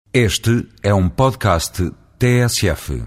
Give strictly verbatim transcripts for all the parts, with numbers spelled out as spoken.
Este é um podcast T S F.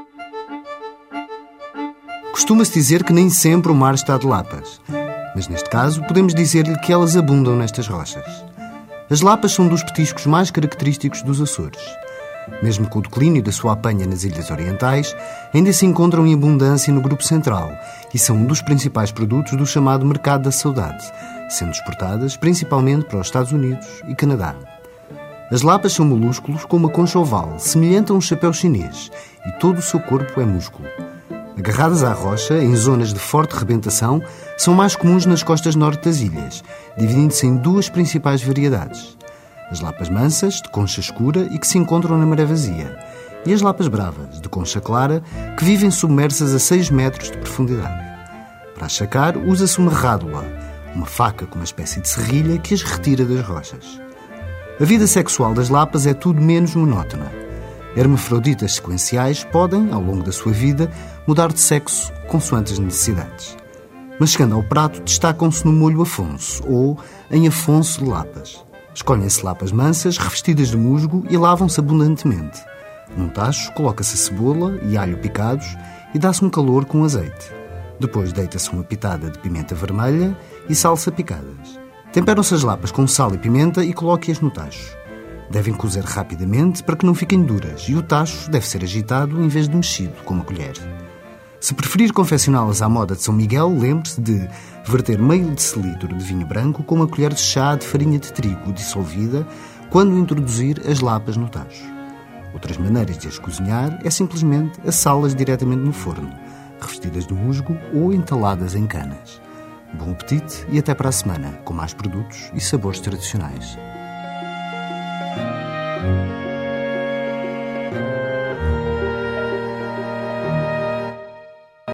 Costuma-se dizer que nem sempre o mar está de lapas, mas neste caso podemos dizer-lhe que elas abundam nestas rochas. As lapas são dos petiscos mais característicos dos Açores. Mesmo com o declínio da sua apanha nas ilhas orientais, ainda se encontram em abundância no Grupo Central e são um dos principais produtos do chamado Mercado da Saudade, sendo exportadas principalmente para os Estados Unidos e Canadá. As lapas são molúsculos com uma concha oval, semelhante a um chapéu chinês, e todo o seu corpo é músculo. Agarradas à rocha, em zonas de forte rebentação, são mais comuns nas costas norte das ilhas, dividindo-se em duas principais variedades. As lapas mansas, de concha escura e que se encontram na maré vazia, e as lapas bravas, de concha clara, que vivem submersas a seis metros de profundidade. Para as sacar, usa-se uma rádula, uma faca com uma espécie de serrilha que as retira das rochas. A vida sexual das lapas é tudo menos monótona. Hermafroditas sequenciais podem, ao longo da sua vida, mudar de sexo consoante as necessidades. Mas chegando ao prato, destacam-se no molho Afonso, ou em Afonso de lapas. Escolhem-se lapas mansas, revestidas de musgo e lavam-se abundantemente. Num tacho, coloca-se a cebola e alho picados e dá-se um calor com azeite. Depois deita-se uma pitada de pimenta vermelha e salsa picadas. Temperam-se as lapas com sal e pimenta e coloque-as no tacho. Devem cozer rapidamente para que não fiquem duras e o tacho deve ser agitado em vez de mexido com uma colher. Se preferir confeccioná-las à moda de São Miguel, lembre-se de verter meio decilitro de vinho branco com uma colher de chá de farinha de trigo dissolvida quando introduzir as lapas no tacho. Outras maneiras de as cozinhar é simplesmente assá-las diretamente no forno, revestidas de musgo ou entaladas em canas. Bom apetite e até para a semana, com mais produtos e sabores tradicionais.